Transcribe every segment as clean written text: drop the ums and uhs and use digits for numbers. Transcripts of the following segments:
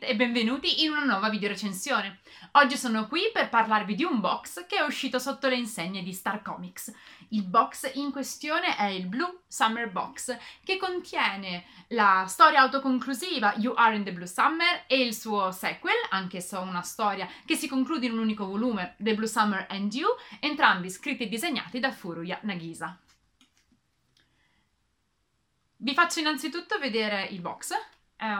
e benvenuti in una nuova video recensione. Oggi sono qui per parlarvi di un box che è uscito sotto le insegne di Star Comics. Il box in questione è il Blue Summer Box, che contiene la storia autoconclusiva You Are in the Blue Summer e il suo sequel, anch'esso una storia che si conclude in un unico volume, The Blue Summer and You, entrambi scritti e disegnati da Furuya Nagisa. Vi faccio innanzitutto vedere il box. È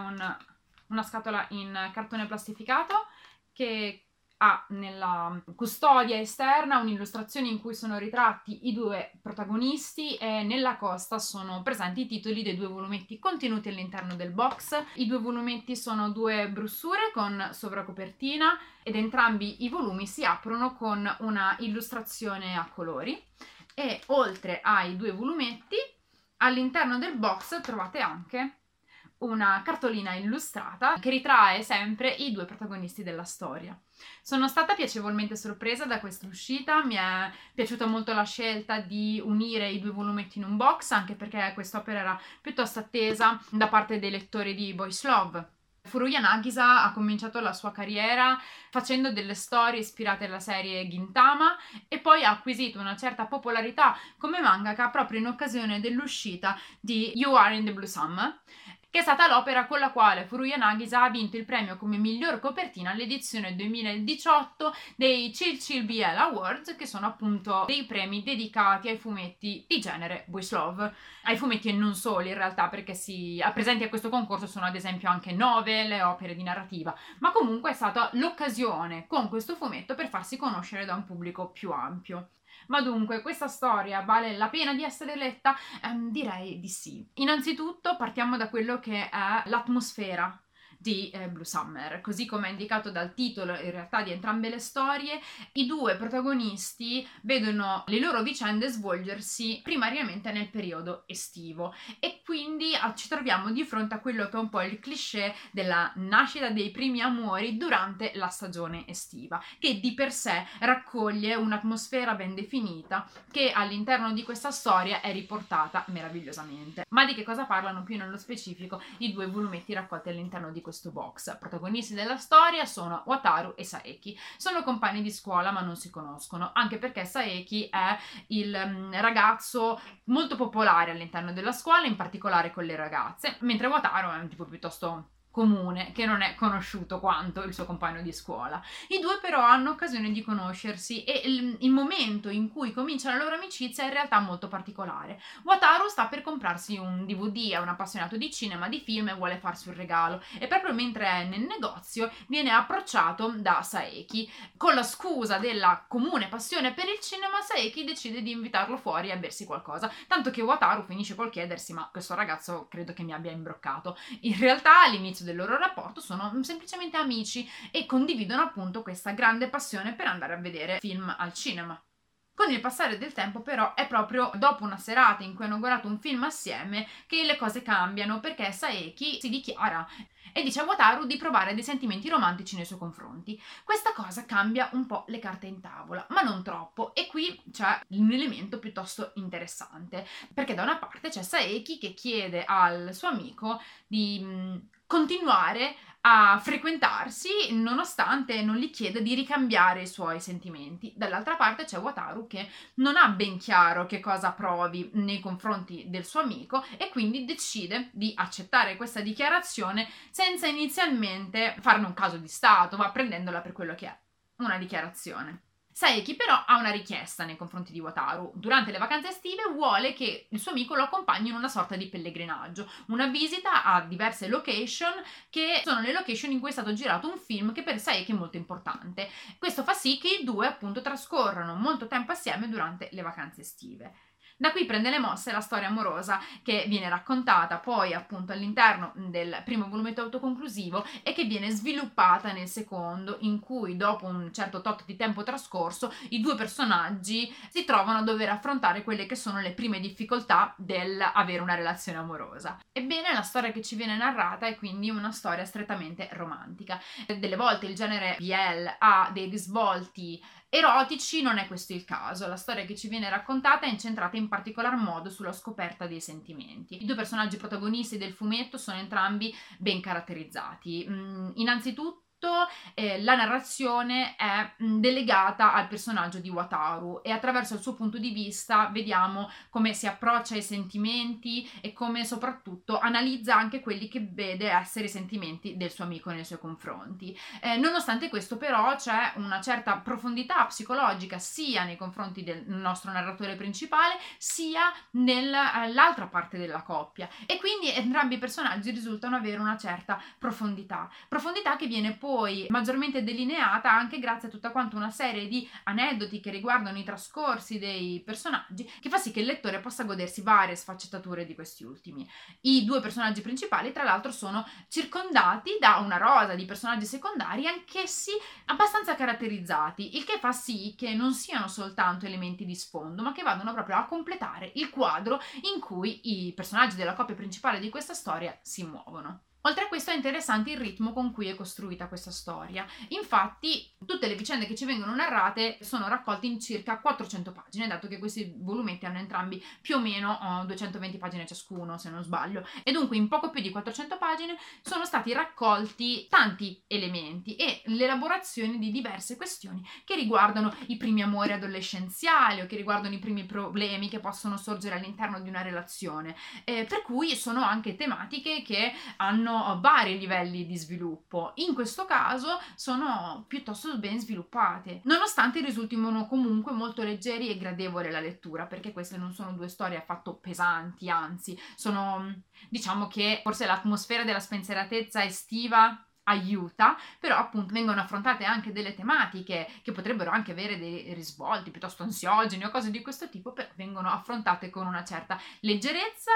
una scatola in cartone plastificato che ha nella custodia esterna un'illustrazione in cui sono ritratti i due protagonisti e nella costa sono presenti i titoli dei due volumetti contenuti all'interno del box. I due volumetti sono due brossure con sovracopertina ed entrambi i volumi si aprono con una illustrazione a colori e oltre ai due volumetti all'interno del box trovate anche una cartolina illustrata che ritrae sempre i due protagonisti della storia. Sono stata piacevolmente sorpresa da questa uscita, mi è piaciuta molto la scelta di unire i due volumetti in un box, anche perché quest'opera era piuttosto attesa da parte dei lettori di Boys Love. Furuya Nagisa ha cominciato la sua carriera facendo delle storie ispirate alla serie Gintama e poi ha acquisito una certa popolarità come mangaka proprio in occasione dell'uscita di You Are in the Blue Summer, che è stata l'opera con la quale Furuya Nagisa ha vinto il premio come miglior copertina all'edizione 2018 dei Chill Chill BL Awards, che sono appunto dei premi dedicati ai fumetti di genere Boys Love, ai fumetti e non solo in realtà, perché presenti a questo concorso sono ad esempio anche novel e opere di narrativa, ma comunque è stata l'occasione con questo fumetto per farsi conoscere da un pubblico più ampio. Ma dunque, questa storia vale la pena di essere letta? Direi di sì. Innanzitutto partiamo da quello che è l'atmosfera di Blue Summer. Così come è indicato dal titolo in realtà di entrambe le storie, i due protagonisti vedono le loro vicende svolgersi primariamente nel periodo estivo e quindi ci troviamo di fronte a quello che è un po' il cliché della nascita dei primi amori durante la stagione estiva, che di per sé raccoglie un'atmosfera ben definita che all'interno di questa storia è riportata meravigliosamente. Ma di che cosa parlano più nello specifico i due volumetti raccolti all'interno di questo box? Protagonisti della storia sono Wataru e Saeki. Sono compagni di scuola ma non si conoscono, anche perché Saeki è il ragazzo molto popolare all'interno della scuola, in particolare con le ragazze, mentre Wataru è un tipo piuttosto comune, che non è conosciuto quanto il suo compagno di scuola. I due però hanno occasione di conoscersi e il momento in cui comincia la loro amicizia è in realtà molto particolare. Wataru sta per comprarsi un DVD, è un appassionato di cinema, di film e vuole farsi un regalo e proprio mentre è nel negozio viene approcciato da Saeki. Con la scusa della comune passione per il cinema, Saeki decide di invitarlo fuori a bersi qualcosa, tanto che Wataru finisce col chiedersi: ma questo ragazzo credo che mi abbia imbroccato. In realtà all'inizio del loro rapporto sono semplicemente amici e condividono appunto questa grande passione per andare a vedere film al cinema. Con il passare del tempo però è proprio dopo una serata in cui hanno guardato un film assieme che le cose cambiano, perché Saeki si dichiara e dice a Wataru di provare dei sentimenti romantici nei suoi confronti. Questa cosa cambia un po' le carte in tavola, ma non troppo, e qui c'è un elemento piuttosto interessante, perché da una parte c'è Saeki che chiede al suo amico di continuare a frequentarsi nonostante non gli chieda di ricambiare i suoi sentimenti. Dall'altra parte c'è Wataru che non ha ben chiaro che cosa provi nei confronti del suo amico e quindi decide di accettare questa dichiarazione senza inizialmente farne un caso di stato, ma prendendola per quello che è, una dichiarazione. Saeki però ha una richiesta nei confronti di Wataru. Durante le vacanze estive vuole che il suo amico lo accompagni in una sorta di pellegrinaggio, una visita a diverse location che sono le location in cui è stato girato un film che per Saeki è molto importante. Questo fa sì che i due appunto trascorrano molto tempo assieme durante le vacanze estive. Da qui prende le mosse la storia amorosa che viene raccontata poi appunto all'interno del primo volumetto autoconclusivo e che viene sviluppata nel secondo, in cui dopo un certo tot di tempo trascorso i due personaggi si trovano a dover affrontare quelle che sono le prime difficoltà dell'avere una relazione amorosa. Ebbene, la storia che ci viene narrata è quindi una storia strettamente romantica. Delle volte il genere BL ha dei risvolti erotici non è questo il caso. La storia che ci viene raccontata è incentrata in particolar modo sulla scoperta dei sentimenti. I due personaggi protagonisti del fumetto sono entrambi ben caratterizzati. Innanzitutto la narrazione è delegata al personaggio di Wataru e attraverso il suo punto di vista vediamo come si approccia ai sentimenti e come soprattutto analizza anche quelli che vede essere i sentimenti del suo amico nei suoi confronti. Nonostante questo però c'è una certa profondità psicologica sia nei confronti del nostro narratore principale sia nell'altra parte della coppia, e quindi entrambi i personaggi risultano avere una certa profondità che viene poi maggiormente delineata anche grazie a tutta quanta una serie di aneddoti che riguardano i trascorsi dei personaggi, che fa sì che il lettore possa godersi varie sfaccettature di questi ultimi. I due personaggi principali tra l'altro sono circondati da una rosa di personaggi secondari anch'essi abbastanza caratterizzati, il che fa sì che non siano soltanto elementi di sfondo, ma che vadano proprio a completare il quadro in cui i personaggi della coppia principale di questa storia si muovono. Oltre a questo è interessante il ritmo con cui è costruita questa storia. Infatti tutte le vicende che ci vengono narrate sono raccolte in circa 400 pagine, dato che questi volumetti hanno entrambi più o meno 220 pagine ciascuno, se non sbaglio, e dunque in poco più di 400 pagine sono stati raccolti tanti elementi e l'elaborazione di diverse questioni che riguardano i primi amori adolescenziali o che riguardano i primi problemi che possono sorgere all'interno di una relazione, per cui sono anche tematiche che hanno vari livelli di sviluppo. In questo caso sono piuttosto ben sviluppate, nonostante risultino comunque molto leggeri e gradevole la lettura, perché queste non sono due storie affatto pesanti, anzi sono, diciamo che forse l'atmosfera della spensieratezza estiva aiuta, però appunto vengono affrontate anche delle tematiche che potrebbero anche avere dei risvolti piuttosto ansiogeni o cose di questo tipo, però vengono affrontate con una certa leggerezza,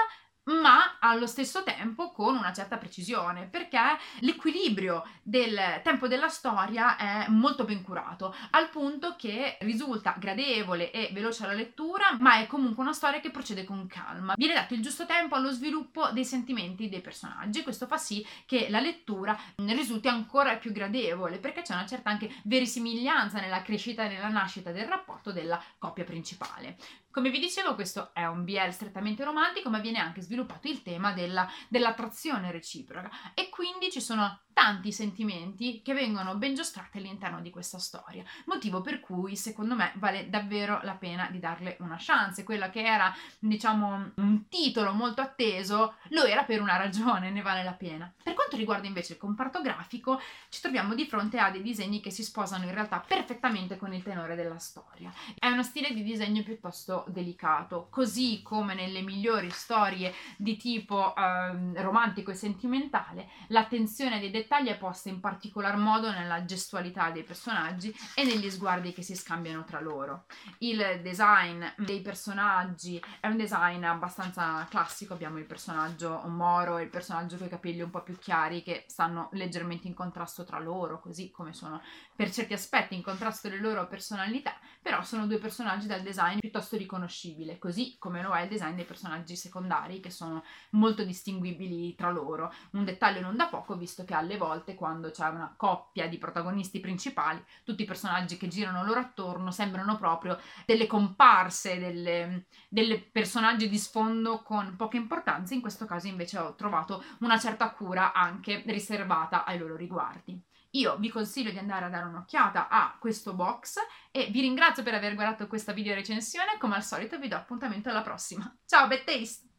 ma allo stesso tempo con una certa precisione, perché l'equilibrio del tempo della storia è molto ben curato, al punto che risulta gradevole e veloce alla lettura, ma è comunque una storia che procede con calma. Viene dato il giusto tempo allo sviluppo dei sentimenti dei personaggi, questo fa sì che la lettura risulti ancora più gradevole, perché c'è una certa anche verosimiglianza nella crescita e nella nascita del rapporto della coppia principale. Come vi dicevo, questo è un BL strettamente romantico, ma viene anche sviluppato il tema dell'attrazione reciproca, e quindi ci sono tanti sentimenti che vengono ben giostrati all'interno di questa storia, motivo per cui secondo me vale davvero la pena di darle una chance. Quella che era, diciamo, un titolo molto atteso lo era per una ragione, ne vale la pena. Per quanto riguarda invece il comparto grafico, ci troviamo di fronte a dei disegni che si sposano in realtà perfettamente con il tenore della storia. È uno stile di disegno piuttosto delicato, così come nelle migliori storie di tipo romantico e sentimentale. L'attenzione dei dettagli è posta in particolar modo nella gestualità dei personaggi e negli sguardi che si scambiano tra loro. Il design dei personaggi è un design abbastanza classico, abbiamo il personaggio Moro e il personaggio con i capelli un po' più chiari che stanno leggermente in contrasto tra loro, così come sono per certi aspetti in contrasto le loro personalità, però sono due personaggi dal design piuttosto riconoscibile, così come lo è il design dei personaggi secondari, che sono molto distinguibili tra loro. Un dettaglio non da poco, visto che alle volte quando c'è una coppia di protagonisti principali, tutti i personaggi che girano loro attorno sembrano proprio delle comparse, delle personaggi di sfondo con poca importanza. In questo caso invece ho trovato una certa cura anche riservata ai loro riguardi. Io vi consiglio di andare a dare un'occhiata a questo box e vi ringrazio per aver guardato questa video recensione. Come al solito vi do appuntamento alla prossima. Ciao, bad taste!